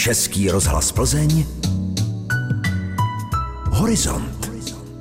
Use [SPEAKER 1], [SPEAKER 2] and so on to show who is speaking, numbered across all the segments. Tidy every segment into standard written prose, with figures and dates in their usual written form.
[SPEAKER 1] Český rozhlas Plzeň, Horizont.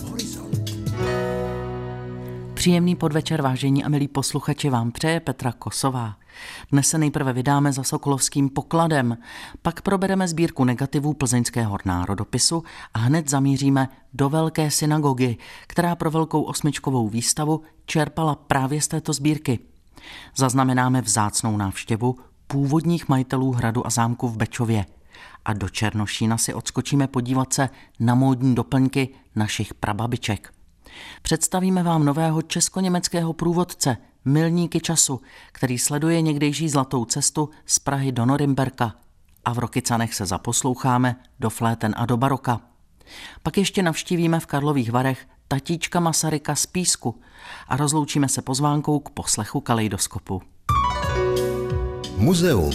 [SPEAKER 2] Příjemný podvečer, vážení a milí posluchači, vám přeje Petra Kosová. Dnes se nejprve vydáme za sokolovským pokladem, pak probereme sbírku negativů plzeňského národopisu a hned zamíříme do Velké synagogy, která pro velkou osmičkovou výstavu čerpala právě z této sbírky. Zaznamenáme vzácnou návštěvu původních majitelů hradu a zámku v Bečově. A do Černošína si odskočíme podívat se na módní doplňky našich prababiček. Představíme vám nového česko-německého průvodce, milníky času, který sleduje někdejší zlatou cestu z Prahy do Norimberka. A v Rokycanech se zaposloucháme do fléten a do baroka. Pak ještě navštívíme v Karlových Varech tatíčka Masaryka z Písku a rozloučíme se pozvánkou k poslechu Kaleidoskopu.
[SPEAKER 1] Muzeum.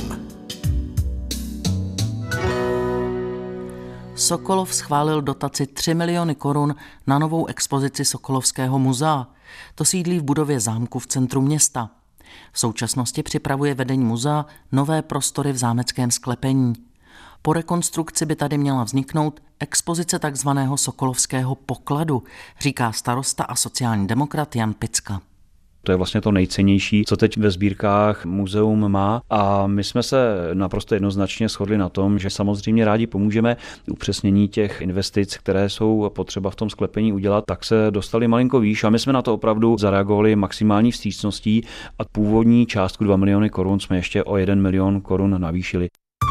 [SPEAKER 2] Sokolov schválil dotaci 3 miliony korun na novou expozici Sokolovského muzea. To sídlí v budově zámku v centru města. V současnosti připravuje vedení muzea nové prostory v zámeckém sklepení. Po rekonstrukci by tady měla vzniknout expozice takzvaného Sokolovského pokladu, říká starosta a sociální demokrat Jan Picka.
[SPEAKER 3] To je vlastně to nejcennější, co teď ve sbírkách muzeum má, a my jsme se naprosto jednoznačně shodli na tom, že samozřejmě rádi pomůžeme upřesnění těch investic, které jsou potřeba v tom sklepení udělat, tak se dostali malinko výš a my jsme na to opravdu zareagovali maximální vstřícností a původní částku 2 miliony korun jsme ještě o 1 milion korun navýšili.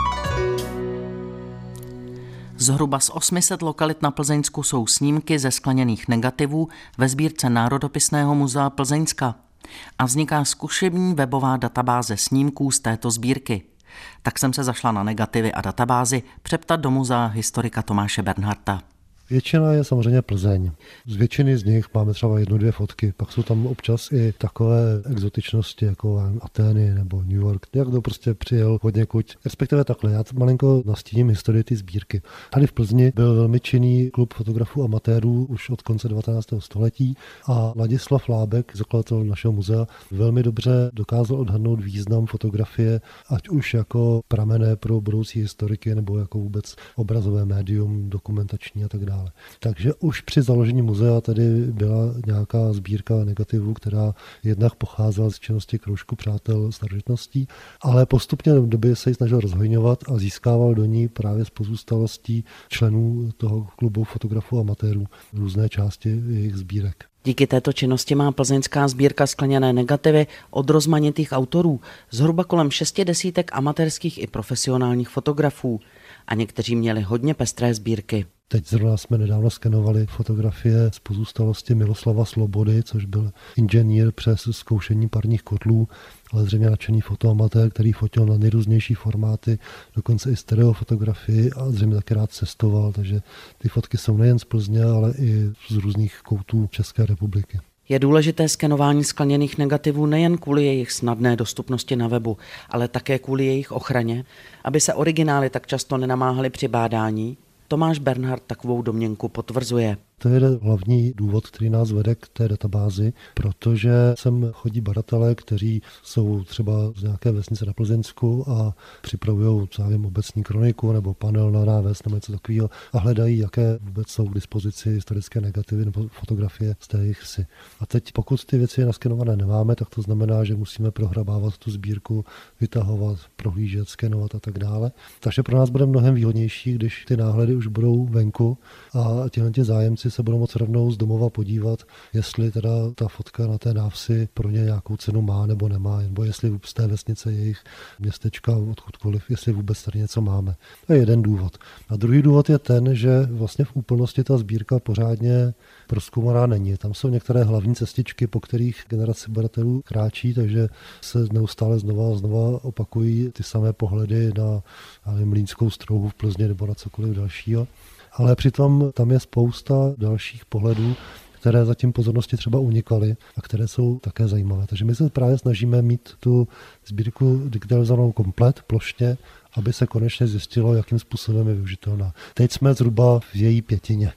[SPEAKER 2] Zhruba z 800 lokalit na Plzeňsku jsou snímky ze skleněných negativů ve sbírce Národopisného muzea Plzeňska a vzniká zkušební webová databáze snímků z této sbírky. Tak jsem se zašla na negativy a databázi přeptat do muzea historika Tomáše Bernharta.
[SPEAKER 4] Většina je samozřejmě Plzeň. Z většiny z nich máme třeba 1-2 fotky. Pak jsou tam občas i takové exotičnosti jako Atény nebo New York. Jak to prostě přijel hodněkud. Respektive takhle, já malinko nastíním historii ty sbírky. Tady v Plzni byl velmi činný klub fotografů amatérů už od konce 19. století a Ladislav Lábek, zakladatel našeho muzea, velmi dobře dokázal odhadnout význam fotografie, ať už jako pramene pro budoucí historiky nebo jako vůbec obrazové médium, dokumentační a tak dále. Takže už při založení muzea tady byla nějaká sbírka negativů, která jednak pocházela z činnosti kroužku přátel starožitností, ale postupně v době se ji snažil rozhojňovat a získával do ní právě z pozůstalostí členů toho klubu fotografů amatérů různé části jejich sbírek.
[SPEAKER 2] Díky této činnosti má plzeňská sbírka skleněné negativy od rozmanitých autorů, zhruba kolem 60 amatérských i profesionálních fotografů. A někteří měli hodně pestré sbírky.
[SPEAKER 4] Teď zrovna jsme nedávno skenovali fotografie z pozůstalosti Miloslava Slobody, což byl inženýr přes zkoušení parních kotlů, ale zřejmě nadšený fotoamatér, který fotil na nejrůznější formáty, dokonce i stereofotografii a zřejmě taky rád cestoval, takže ty fotky jsou nejen z Plzně, ale i z různých koutů České republiky.
[SPEAKER 2] Je důležité skenování skleněných negativů nejen kvůli jejich snadné dostupnosti na webu, ale také kvůli jejich ochraně, aby se originály tak často nenamáhaly při bádání. Tomáš Bernhard takovou domněnku potvrzuje.
[SPEAKER 4] To je hlavní důvod, který nás vede k té databázi, protože sem chodí badatelé, kteří jsou třeba z nějaké vesnice na Plzeňsku a připravují obecní kroniku nebo panel na náves nebo něco takového a hledají, jaké vůbec jsou k dispozici historické negativy nebo fotografie z té jejich vsi. A teď pokud ty věci naskenované nemáme, tak to znamená, že musíme prohrabávat tu sbírku, vytahovat, prohlížet, skenovat a tak dále. Takže pro nás bude mnohem výhodnější, když ty náhledy už budou venku a ti zájemci se budou moct rovnou z domova podívat, jestli teda ta fotka na té návsi pro ně nějakou cenu má nebo nemá, nebo jestli z té vesnice jejich městečka odkudkoliv, jestli vůbec tady něco máme. To je jeden důvod. A druhý důvod je ten, že vlastně v úplnosti ta sbírka pořádně prozkoumaná není. Tam jsou některé hlavní cestičky, po kterých generace badatelů kráčí, takže se neustále znova opakují ty samé pohledy na Mlýnskou strouhu v Plzni nebo na cokoliv dalšího. Ale přitom tam je spousta dalších pohledů, které zatím pozornosti třeba unikaly a které jsou také zajímavé. Takže my se právě snažíme mít tu sbírku digitalizovanou komplet, plošně, aby se konečně zjistilo, jakým způsobem je využitelná. Teď jsme zhruba v její pětině.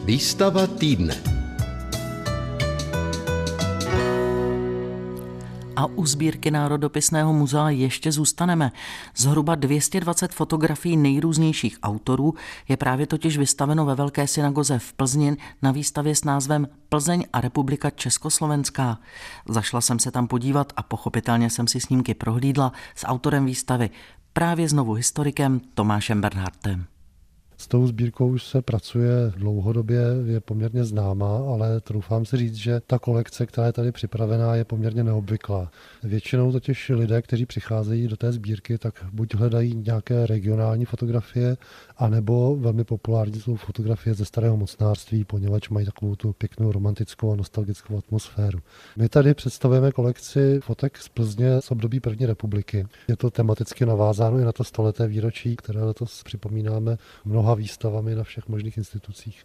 [SPEAKER 1] Výstava týdne.
[SPEAKER 2] A u sbírky Národopisného muzea ještě zůstaneme. Zhruba 220 fotografií nejrůznějších autorů je právě totiž vystaveno ve Velké synagoze v Plzni na výstavě s názvem Plzeň a republika Československá. Zašla jsem se tam podívat a pochopitelně jsem si snímky prohlídla s autorem výstavy, právě znovu historikem Tomášem Bernhardtem.
[SPEAKER 4] S tou sbírkou už se pracuje dlouhodobě, je poměrně známá, ale troufám si říct, že ta kolekce, která je tady připravená, je poměrně neobvyklá. Většinou totiž lidé, kteří přicházejí do té sbírky, tak buď hledají nějaké regionální fotografie, anebo velmi populární jsou fotografie ze starého mocnářství, poněvadž mají takovou tu pěknou romantickou a nostalgickou atmosféru. My tady představujeme kolekci fotek z Plzně z období první republiky. Je to tematicky navázáno i na to 100leté výročí, které letos připomínáme mnoha výstavami na všech možných institucích.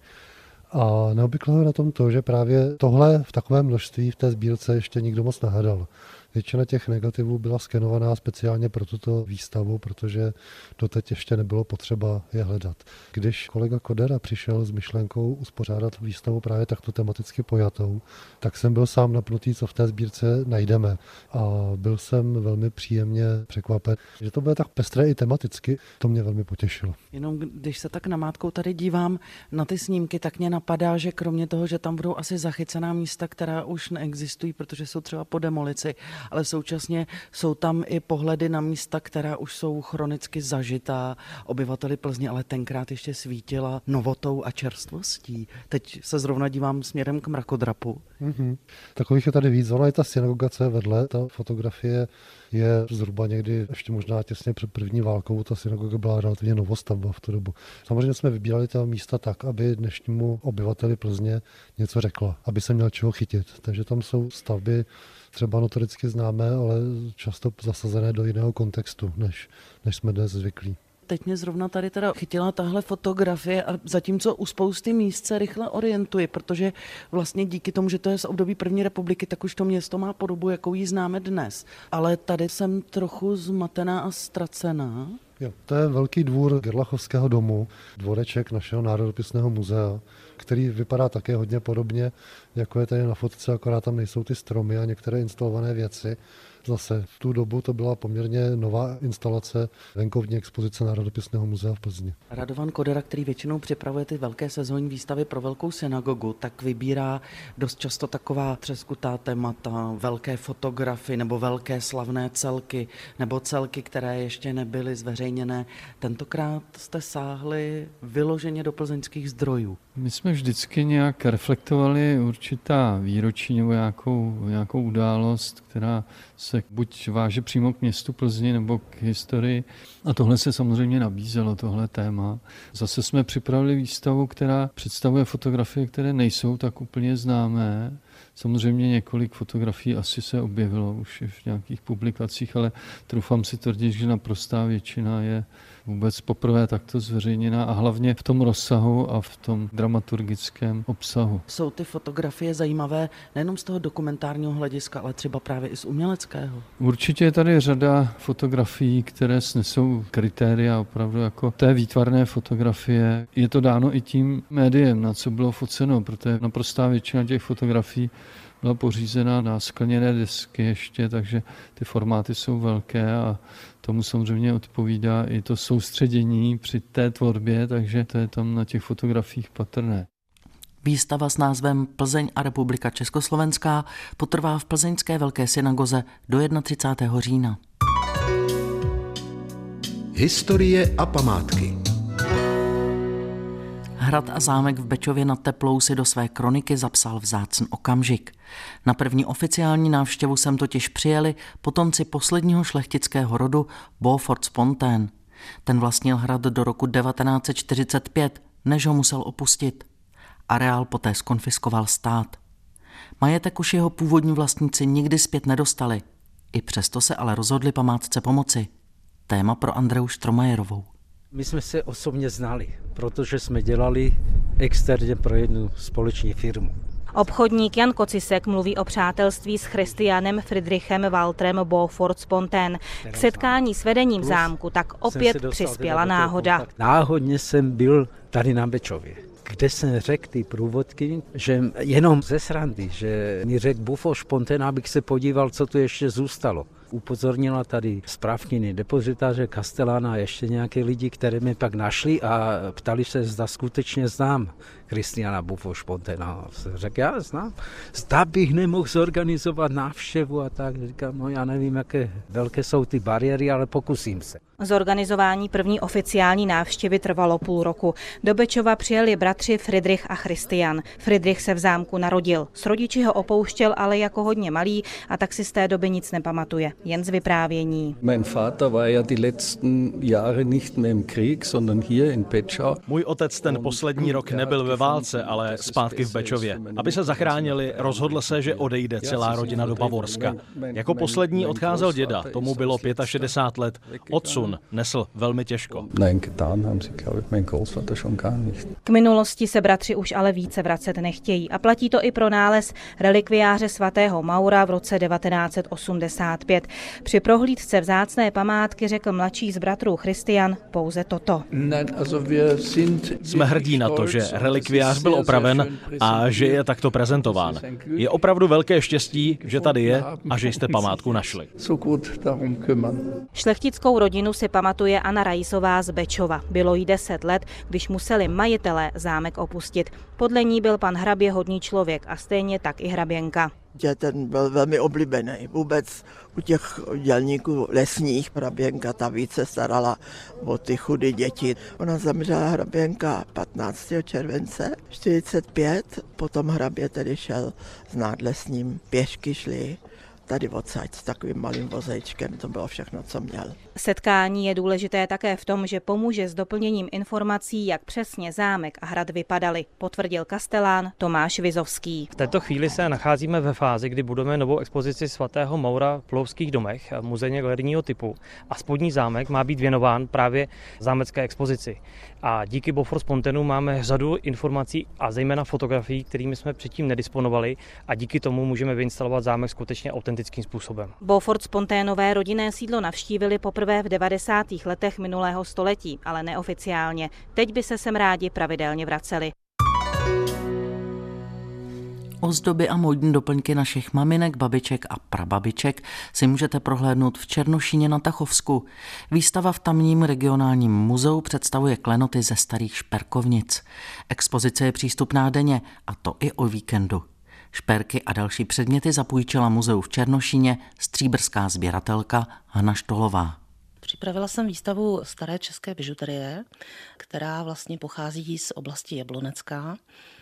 [SPEAKER 4] A neobvyklého je na tom to, že právě tohle v takovém množství v té sbírce ještě nikdo moc nehledal. Většina těch negativů byla skenovaná speciálně pro tuto výstavu, protože doteď ještě nebylo potřeba je hledat. Když kolega Kodera přišel s myšlenkou uspořádat výstavu právě takto tematicky pojatou, tak jsem byl sám napnutý, co v té sbírce najdeme. A byl jsem velmi příjemně překvapen, že to bude tak pestré i tematicky, to mě velmi potěšilo.
[SPEAKER 2] Jenom když se tak namátkou tady dívám na ty snímky, tak mě napadá, že kromě toho, že tam budou asi zachycená místa, která už neexistují, protože jsou třeba po demolici, ale současně jsou tam i pohledy na místa, která už jsou chronicky zažitá obyvateli Plzně, ale tenkrát ještě svítila novotou a čerstvostí. Teď se zrovna dívám směrem k mrakodrapu.
[SPEAKER 4] Takových je tady víc. Ona je ta synagoga, co je vedle. Ta fotografie je zhruba někdy ještě možná těsně před první válkou. Ta synagoga byla relativně novostavba v tu dobu. Samozřejmě jsme vybírali ta místa tak, aby dnešnímu obyvateli Plzně něco řekla, aby se měl čeho chytit. Takže tam jsou stavby třeba notoricky známé, ale často zasazené do jiného kontextu, než jsme dnes zvyklí.
[SPEAKER 2] Teď mě zrovna tady teda chytila tahle fotografie a zatímco u spousty míst se rychle orientuji, protože vlastně díky tomu, že to je z období první republiky, tak už to město má podobu, jakou ji známe dnes. Ale tady jsem trochu zmatená a ztracená.
[SPEAKER 4] Jo, to je velký dvůr Gerlachovského domu, dvoreček našeho Národopisného muzea, který vypadá také hodně podobně, jako je tady na fotce, akorát tam nejsou ty stromy a některé instalované věci. Zase v tu dobu to byla poměrně nová instalace venkovní expozice Národopisného muzea v Plzni.
[SPEAKER 2] Radovan Kodera, který většinou připravuje ty velké sezónní výstavy pro Velkou synagogu, tak vybírá dost často taková třeskutá témata, velké fotografie nebo velké slavné celky, nebo celky, které ještě nebyly zveřejněné. Tentokrát jste sáhli vyloženě do plzeňských zdrojů.
[SPEAKER 5] My jsme vždycky nějak reflektovali určitá výročí nebo nějakou událost, která se buď váže přímo k městu Plzni nebo k historii. A tohle se samozřejmě nabízelo, tohle téma. Zase jsme připravili výstavu, která představuje fotografie, které nejsou tak úplně známé. Samozřejmě několik fotografií asi se objevilo už v nějakých publikacích, ale troufám si tvrdit, že naprostá většina je vůbec poprvé takto zveřejněná a hlavně v tom rozsahu a v tom dramaturgickém obsahu.
[SPEAKER 2] Jsou ty fotografie zajímavé nejenom z toho dokumentárního hlediska, ale třeba právě i z uměleckého?
[SPEAKER 5] Určitě je tady řada fotografií, které snesou kritéria opravdu jako té výtvarné fotografie. Je to dáno i tím médiem, na co bylo foceno, protože naprostá většina těch fotografií byla pořízena na skleněné desky ještě, takže ty formáty jsou velké a tomu samozřejmě odpovídá i to soustředění při té tvorbě, takže to je tam na těch fotografiích patrné.
[SPEAKER 2] Výstava s názvem Plzeň a republika Československá potrvá v plzeňské Velké synagoze do 31. října.
[SPEAKER 1] Historie a památky.
[SPEAKER 2] Hrad a zámek v Bečově nad Teplou si do své kroniky zapsal vzácný okamžik. Na první oficiální návštěvu sem totiž přijeli potomci posledního šlechtického rodu Beaufort-Spontaine. Ten vlastnil hrad do roku 1945, než ho musel opustit. Areál poté zkonfiskoval stát. Majetek už jeho původní vlastníci nikdy zpět nedostali. I přesto se ale rozhodli památce pomoci. Téma pro Andreu Štromajerovou.
[SPEAKER 6] My jsme se osobně znali, protože jsme dělali externě pro jednu společnou firmu.
[SPEAKER 7] Obchodník Jan Kocisek mluví o přátelství s Christianem Friedrichem Walterem Beaufort-Spontaine. K setkání s vedením zámku tak opět přispěla náhoda.
[SPEAKER 6] Náhodně jsem byl tady na Bečově. kde jsem řekl ty průvodky, že jenom ze srandy, že mi řekl Bofoř Spontaine, abych se podíval, co tu ještě zůstalo. Upozornila tady správkyně depozitáře Castellana a ještě nějaké lidi, které mě pak našli a ptali se, zda skutečně znám Christiana Bofoř Spontaine. Řekl, já znám. Zda bych nemohl zorganizovat návštěvu a tak. Říkám, no já nevím, jaké velké jsou ty bariéry, ale pokusím se.
[SPEAKER 7] Zorganizování první oficiální návštěvy trvalo půl roku. Do Bečova přijeli bratři Friedrich a Christian. Friedrich se v zámku narodil. S rodiči ho opouštěl ale jako hodně malý a tak si z té doby nic nepamatuje. Jen z vyprávění.
[SPEAKER 8] Mein Vater war ja die letzten Jahre nicht mehr im Krieg, sondern hier in Petschau.
[SPEAKER 9] Můj otec ten poslední rok nebyl ve válce, ale zpátky v Bečově. Aby se zachránili, rozhodl se, že odejde celá rodina do Bavorska. Jako poslední odcházel děda, tomu bylo 65 let. Odsun nesl velmi těžko.
[SPEAKER 8] Nein, getan haben sie, glaube ich, mein Großvater schon gar nicht.
[SPEAKER 7] K minulosti se bratři už ale více vracet nechtějí a platí to i pro nález relikviáře svatého Maura v roce 1985. Při prohlídce vzácné památky řekl mladší z bratrů Christian pouze toto.
[SPEAKER 9] Jsme hrdí na to, že relikviář byl opraven a že je takto prezentován. Je opravdu velké štěstí, že tady je a že jste památku našli.
[SPEAKER 7] Šlechtickou rodinu si pamatuje Anna Rajsová z Bečova. Bylo jí 10 let, když museli majitelé zámek opustit. Podle ní byl pan hrabě hodný člověk a stejně tak i hraběnka.
[SPEAKER 10] Ten byl velmi oblíbený. Vůbec u těch dělníků lesních hraběnka ta více starala o ty chudé děti. Ona zemřela hraběnka 15. července 45, potom hrabě tedy šel s nádlesním, pěšky šli tady odsaď s takovým malým vozejčkem, to bylo všechno, co měl.
[SPEAKER 7] Setkání je důležité také v tom, že pomůže s doplněním informací, jak přesně zámek a hrad vypadaly, potvrdil kastelán Tomáš Vizovský.
[SPEAKER 11] V této chvíli se nacházíme ve fázi, kdy budeme novou expozici svatého Maura v Plovských domech, muzejně galerijního typu, a spodní zámek má být věnován právě zámecké expozici. A díky Bofoř Spontaineu máme řadu informací a zejména fotografií, kterými jsme předtím nedisponovali, a díky tomu můžeme vyinstalovat zámek skutečně autentickým způsobem.
[SPEAKER 7] Bofoř Spontainové rodinné sídlo navštívili poprvé v 90. letech minulého století, ale neoficiálně. Teď by se sem rádi pravidelně vraceli.
[SPEAKER 2] Ozdoby a módní doplňky našich maminek, babiček a prababiček si můžete prohlédnout v Černošíně na Tachovsku. Výstava v tamním regionálním muzeu představuje klenoty ze starých šperkovnic. Expozice je přístupná denně, a to i o víkendu. Šperky a další předměty zapůjčila muzeu v Černošíně stříbrská sběratelka Hana Štolová.
[SPEAKER 12] Připravila jsem výstavu staré české bižuterie, která vlastně pochází z oblasti Jablonecka.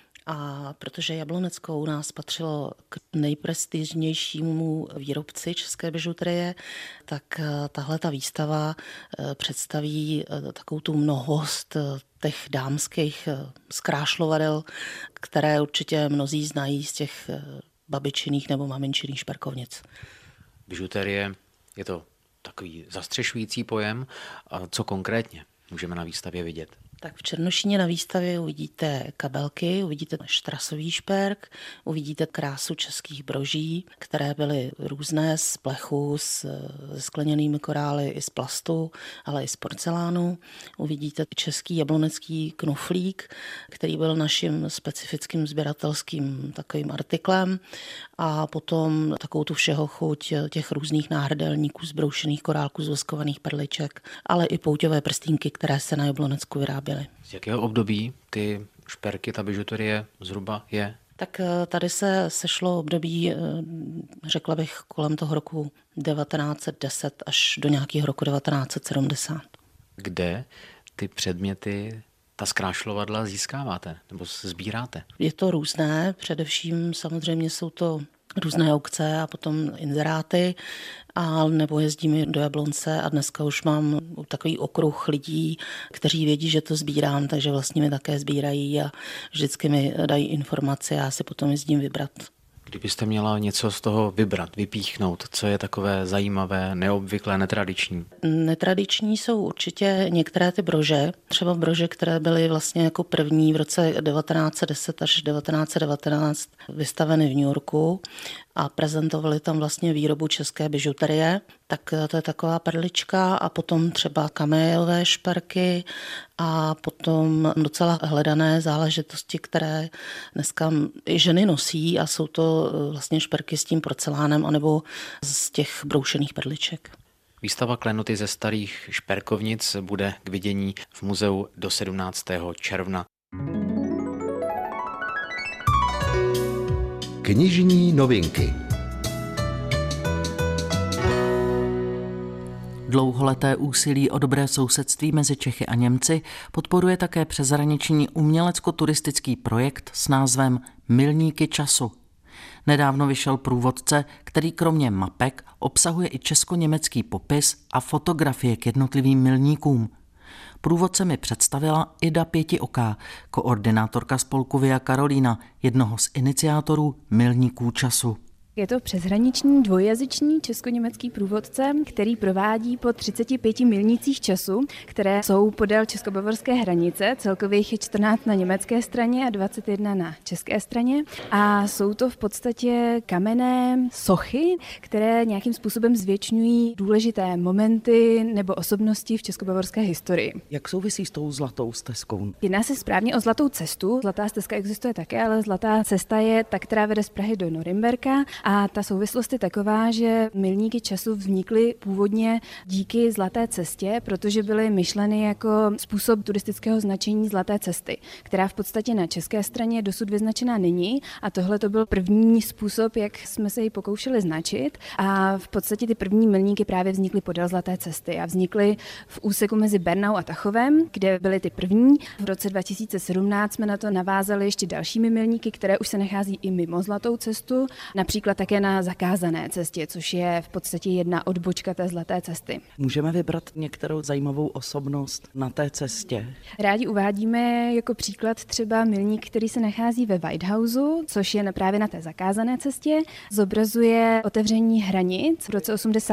[SPEAKER 12] A protože Jablonecko u nás patřilo k nejprestižnějšímu výrobci české bižuterie, tak tahle ta výstava představí takovou tu mnohost těch dámských zkrášlovadel, které určitě mnozí znají z těch babičiných nebo maminčiných šperkovnic.
[SPEAKER 13] Bižuterie je to takový zastřešující pojem. A co konkrétně můžeme na výstavě vidět?
[SPEAKER 12] Tak v Černošíně na výstavě uvidíte kabelky, uvidíte štrasový šperk, uvidíte krásu českých broží, které byly různé z plechu, s skleněnými korály i z plastu, ale i z porcelánu. Uvidíte český jablonecký knuflík, který byl naším specifickým sběratelským takovým artiklem, a potom takovou tu všeho chuť těch různých náhrdelníků, zbroušených korálků, zvoskovaných perliček, ale i pouťové prstínky, které se na Jablonecku vyráběly.
[SPEAKER 13] Z jakého období ty šperky, ta bižuterie zhruba je?
[SPEAKER 12] Tak tady se sešlo období, řekla bych, kolem toho roku 1910 až do nějakého roku 1970.
[SPEAKER 13] Kde ty předměty, ta zkrášlovadla získáváte nebo sbíráte?
[SPEAKER 12] Je to různé, především samozřejmě jsou to různé aukce a potom inzeráty, a nebo jezdíme do Jablonce a dneska už mám takový okruh lidí, kteří vědí, že to sbírám, takže vlastně mi také sbírají a vždycky mi dají informace a já si potom jezdím vybrat.
[SPEAKER 13] Kdybyste měla něco z toho vybrat, vypíchnout, co je takové zajímavé, neobvyklé, netradiční?
[SPEAKER 12] Netradiční jsou určitě některé ty brože, třeba brože, které byly vlastně jako první v roce 1910 až 1919 vystaveny v New Yorku a prezentovali tam vlastně výrobu české bižuterie. Tak to je taková perlička, a potom třeba kamejové šperky a potom docela hledané záležitosti, které dneska i ženy nosí a jsou to vlastně šperky s tím porcelánem anebo z těch broušených perliček.
[SPEAKER 13] Výstava klenoty ze starých šperkovnic bude k vidění v muzeu do 17. června.
[SPEAKER 1] Knižní novinky.
[SPEAKER 2] Dlouholeté úsilí o dobré sousedství mezi Čechy a Němci podporuje také přeshraniční umělecko-turistický projekt s názvem Milníky času. Nedávno vyšel průvodce, který kromě mapek obsahuje i česko-německý popis a fotografie k jednotlivým milníkům. Průvodce mi představila Ida Pětioká, koordinátorka spolku Via Carolina, jednoho z iniciátorů Milníků času.
[SPEAKER 14] Je to přeshraniční dvojjazyčný česko-německý průvodce, který provádí po 35 milnících času, které jsou podél česko-bavorské hranice. Celkově jich je 14 na německé straně a 21 na české straně. A jsou to v podstatě kamenné sochy, které nějakým způsobem zvětšňují důležité momenty nebo osobnosti v česko-bavorské historii.
[SPEAKER 2] Jak souvisí s tou zlatou stezkou?
[SPEAKER 14] Jedná se správně o zlatou cestu. Zlatá stezka existuje také, ale zlatá cesta je ta, která vede z Prahy do Norimberka. A ta souvislost je taková, že milníky času vznikly původně díky Zlaté cestě, protože byly myšleny jako způsob turistického značení Zlaté cesty, která v podstatě na české straně dosud vyznačená není. A tohle to byl první způsob, jak jsme se ji pokoušeli značit. A v podstatě ty první milníky právě vznikly podél Zlaté cesty a vznikly v úseku mezi Bernau a Tachovem, kde byly ty první. V roce 2017 jsme na to navázali ještě dalšími milníky, které už se nachází i mimo Zlatou cestu, například také na Zakázané cestě, což je v podstatě jedna odbočka té Zlaté cesty.
[SPEAKER 2] Můžeme vybrat některou zajímavou osobnost na té cestě?
[SPEAKER 14] Rádi uvádíme jako příklad třeba milník, který se nachází ve Weidhausu, což je právě na té Zakázané cestě. Zobrazuje otevření hranic. V roce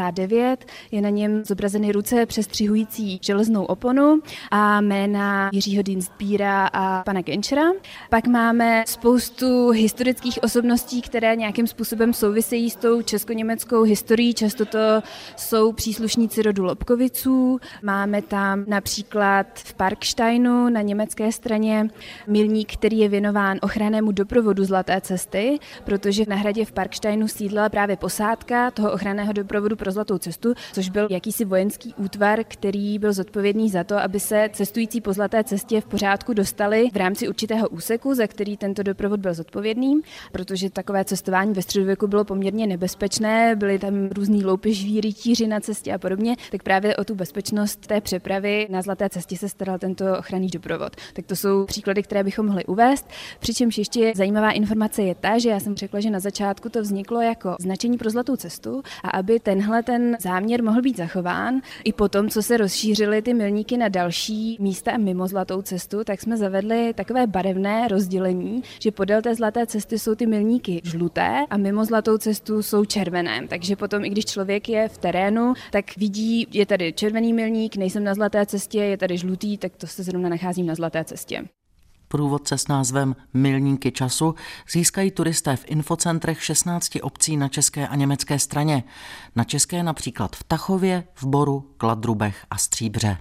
[SPEAKER 14] 89 je na něm zobrazeny ruce přestřihující železnou oponu a jména Jiřího Dienstbiera a pana Genschera. Pak máme spoustu historických osobností, které nějakým způsobem souvisejí s tou česko-německou historií. Často to jsou příslušníci rodu Lobkoviců. Máme tam například v Parksteinu na německé straně milník, který je věnován ochrannému doprovodu Zlaté cesty, protože na hradě v Parksteinu sídlila právě posádka toho ochranného doprovodu pro Zlatou cestu, což byl jakýsi vojenský útvar, který byl zodpovědný za to, aby se cestující po Zlaté cestě v pořádku dostali v rámci určitého úseku, za který tento doprovod byl zodpovědný, protože takové cestování ve středověku bylo poměrně nebezpečné, byly tam různý loupežví, rytíři na cestě a podobně, tak právě o tu bezpečnost té přepravy na Zlaté cestě se staral tento ochranný doprovod. Tak to jsou příklady, které bychom mohli uvést. Přičemž ještě zajímavá informace je ta, že já jsem řekla, že na začátku to vzniklo jako značení pro Zlatou cestu a aby ten záměr mohl být zachován, i potom, co se rozšířily ty milníky na další místa mimo Zlatou cestu, tak jsme zavedli takové barevné rozdělení, že podél té Zlaté cesty jsou ty milníky žluté a mimo Zlatou cestu jsou červené. Takže potom, i když člověk je v terénu, tak vidí, je tady červený milník, nejsem na Zlaté cestě, je tady žlutý, tak to se zrovna nacházím na Zlaté cestě.
[SPEAKER 2] Průvodce s názvem Milníky času získají turisté v infocentrech 16 obcí na české a německé straně. Na české například v Tachově, v Boru, Kladrubech a Stříbře.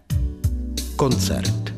[SPEAKER 1] Koncert.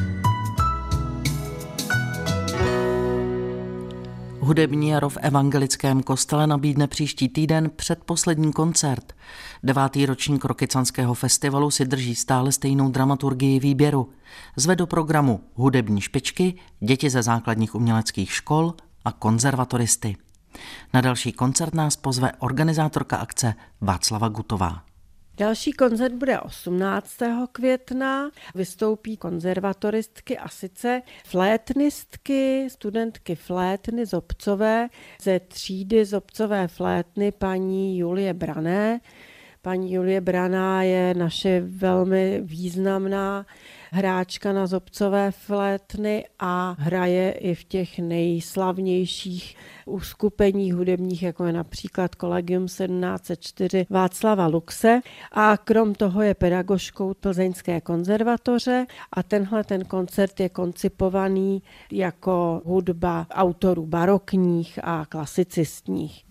[SPEAKER 2] Hudební jaro v evangelickém kostele nabídne příští týden předposlední koncert. 9. ročník Rokycanského festivalu si drží stále stejnou dramaturgii výběru. Zve do programu hudební špičky, děti ze základních uměleckých škol a konzervatoristy. Na další koncert nás pozve organizátorka akce Václava Gutová.
[SPEAKER 15] Další koncert bude 18. května. Vystoupí konzervatoristky a sice flétnistky, studentky flétny Zobcové ze třídy Zobcové flétny paní Julie Brané. Paní Julie Braná je naše velmi významná hráčka na Zobcové flétny a hraje i v těch nejslavnějších uskupeních hudebních, jako je například Collegium 1704 Václava Luxe, a krom toho je pedagožkou Plzeňské konzervatoře a ten koncert je koncipovaný jako hudba autorů barokních a klasicistních.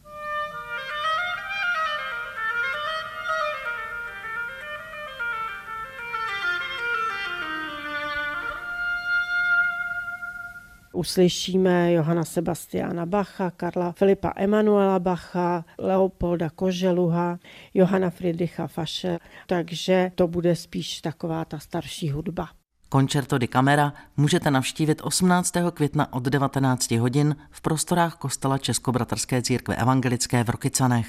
[SPEAKER 15] uslyšíme Johana Sebastiana Bacha, Karla Filipa Emanuela Bacha, Leopolda Koželuha, Johana Friedricha Fasche, takže to bude spíš taková ta starší hudba.
[SPEAKER 2] Concerto di Camera můžete navštívit 18. května od 19 hodin v prostorách kostela Českobratrské církve evangelické v Rokycanech.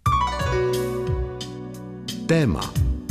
[SPEAKER 1] Téma.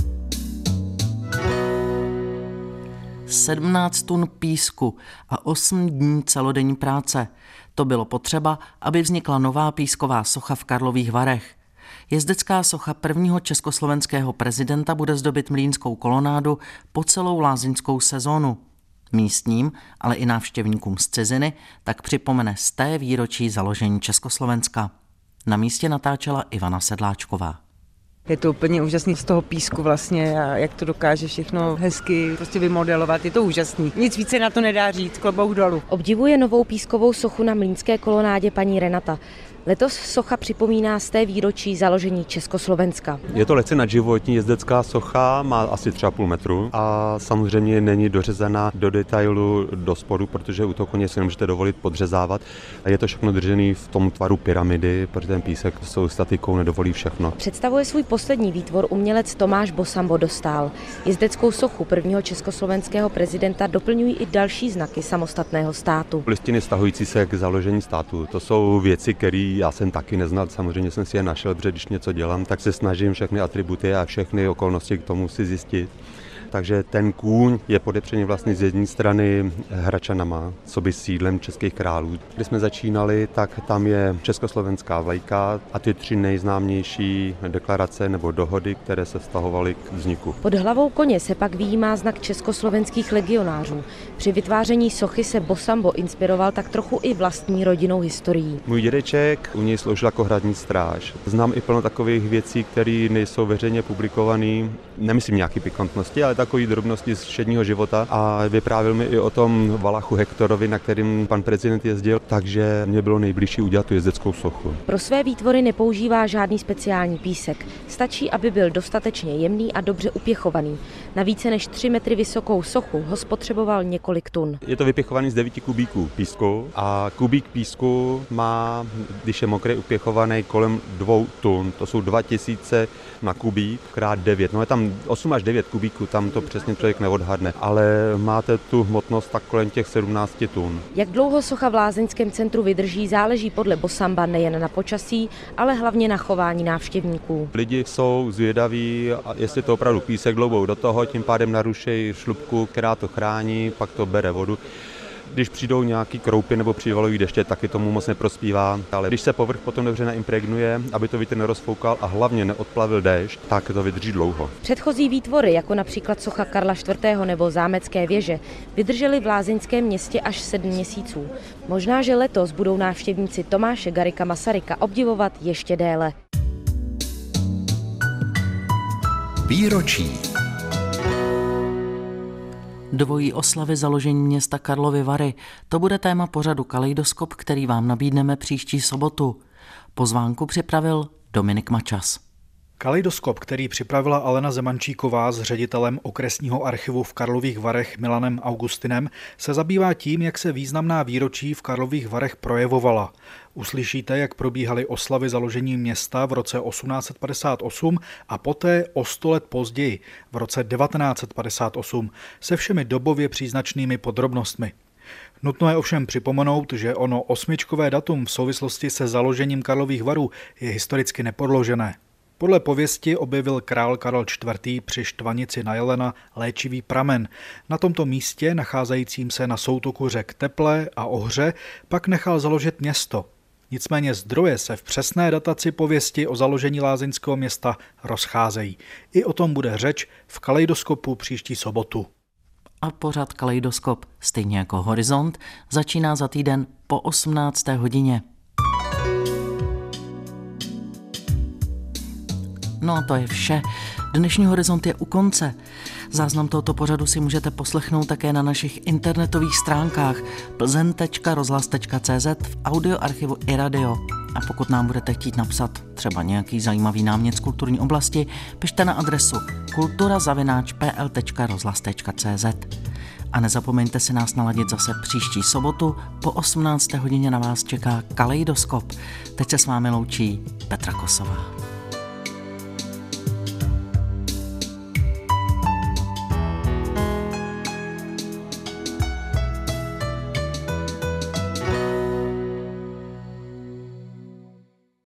[SPEAKER 2] 17 tun písku a 8 dní celodenní práce. To bylo potřeba, aby vznikla nová písková socha v Karlových Varech. Jezdecká socha prvního československého prezidenta bude zdobit mlýnskou kolonádu po celou lázeňskou sezónu. Místním, ale i návštěvníkům z ciziny tak připomene 100. výročí založení Československa. Na místě natáčela Ivana Sedláčková.
[SPEAKER 16] Je to úplně úžasný z toho písku vlastně a jak to dokáže všechno hezky prostě vymodelovat, je to úžasný. Nic více na to nedá říct, klobouk dolů.
[SPEAKER 7] Obdivuje novou pískovou sochu na mlýnské kolonádě paní Renata. Letos socha připomíná 100. výročí založení Československa.
[SPEAKER 17] Je to lehce nadživotní jezdecká socha, má asi 3,5 metru a samozřejmě není dořezaná do detailu do spodu, protože u toho koně si nemůžete dovolit podřezávat. A je to všechno držený v tom tvaru pyramidy, protože ten písek s tou statikou nedovolí všechno.
[SPEAKER 7] Představuje svůj poslední výtvor umělec Tomáš Bosambo Dostál. Jezdeckou sochu prvního československého prezidenta doplňují i další znaky samostatného státu.
[SPEAKER 17] Listiny vztahující se k založení státu, to jsou věci, které já jsem taky neznal, samozřejmě jsem si je našel, protože když něco dělám, tak se snažím všechny atributy a všechny okolnosti k tomu si zjistit. Takže ten kůň je podepřený vlastně z jedné strany Hračanama, coby sídlem českých králů. Když jsme začínali, tak tam je československá vlajka a ty 3 nejznámější deklarace nebo dohody, které se vztahovaly k vzniku.
[SPEAKER 7] Pod hlavou koně se pak vyjímá znak československých legionářů. Při vytváření sochy se Bosambo inspiroval tak trochu i vlastní rodinnou historií.
[SPEAKER 17] Můj dědeček u něj sloužil jako hradní stráž. Znám i plno takových věcí, které nejsou veřejně publikované, nemyslím nějaký pikantnosti, ale takový drobnosti z všedního života a vyprávěl mi i o tom Valachu Hektorovi, na kterým pan prezident jezdil, takže mě bylo nejbližší udělat tu jezdeckou sochu.
[SPEAKER 7] Pro své výtvory nepoužívá žádný speciální písek. Stačí, aby byl dostatečně jemný a dobře upěchovaný. Na více než 3 metry vysokou sochu ho spotřeboval několik tun.
[SPEAKER 17] Je to vypěchovaný z 9 kubíků písku a kubík písku má, když je mokrý, upěchovaný kolem 2 tun. To jsou 2000 na kubík krát 9. No je tam 8 až 9 kubíků, tam to přesně člověk neodhadne, ale máte tu hmotnost tak kolem těch 17 tun.
[SPEAKER 7] Jak dlouho socha v lázeňském centru vydrží, záleží podle Bosamba nejen na počasí, ale hlavně na chování návštěvníků.
[SPEAKER 17] Lidi jsou zvědaví, jestli to opravdu písek dloubou do toho, tím pádem narušejí šlupku, která to chrání, pak to bere vodu. Když přijdou nějaký kroupy nebo přívalový deště, taky tomu moc neprospívá, ale když se povrch potom dobře naimpregnuje, aby to vítr nerozfoukal a hlavně neodplavil déšť, tak to vydrží dlouho.
[SPEAKER 7] Předchozí výtvory, jako například socha Karla IV. Nebo zámecké věže, vydržely v lázeňském městě až 7 měsíců. Možná, že letos budou návštěvníci Tomáše Garrigua Masaryka obdivovat ještě déle.
[SPEAKER 1] Výročí.
[SPEAKER 2] Dvojí oslavy založení města Karlovy Vary. To bude téma pořadu Kaleidoskop, který vám nabídneme příští sobotu. Pozvánku připravil Dominik Mačas.
[SPEAKER 18] Kaleidoskop, který připravila Alena Zemančíková s ředitelem okresního archivu v Karlových Varech Milanem Augustinem, se zabývá tím, jak se významná výročí v Karlových Varech projevovala. Uslyšíte, jak probíhaly oslavy založení města v roce 1858 a poté o 100 let později, v roce 1958, se všemi dobově příznačnými podrobnostmi. Nutno je ovšem připomenout, že ono 8čkové datum v souvislosti se založením Karlových Varů je historicky nepodložené. Podle pověsti objevil král Karel IV. Při Štvanici na Jelena léčivý pramen. Na tomto místě, nacházejícím se na soutoku řek Teplé a Ohře, pak nechal založit město. Nicméně zdroje se v přesné dataci pověsti o založení lázeňského města rozcházejí. I o tom bude řeč v Kaleidoskopu příští sobotu.
[SPEAKER 2] A pořad Kaleidoskop, stejně jako Horizont, začíná za týden po 18. hodině. No a to je vše. Dnešní Horizont je u konce. Záznam tohoto pořadu si můžete poslechnout také na našich internetových stránkách plzeň.rozhlas.cz, v audioarchivu i radio. A pokud nám budete chtít napsat třeba nějaký zajímavý námět z kulturní oblasti, pište na adresu kultura@pl.rozhlas.cz. A nezapomeňte si nás naladit zase příští sobotu. Po 18. hodině na vás čeká Kaleidoskop. Teď se s vámi loučí Petra Kosová.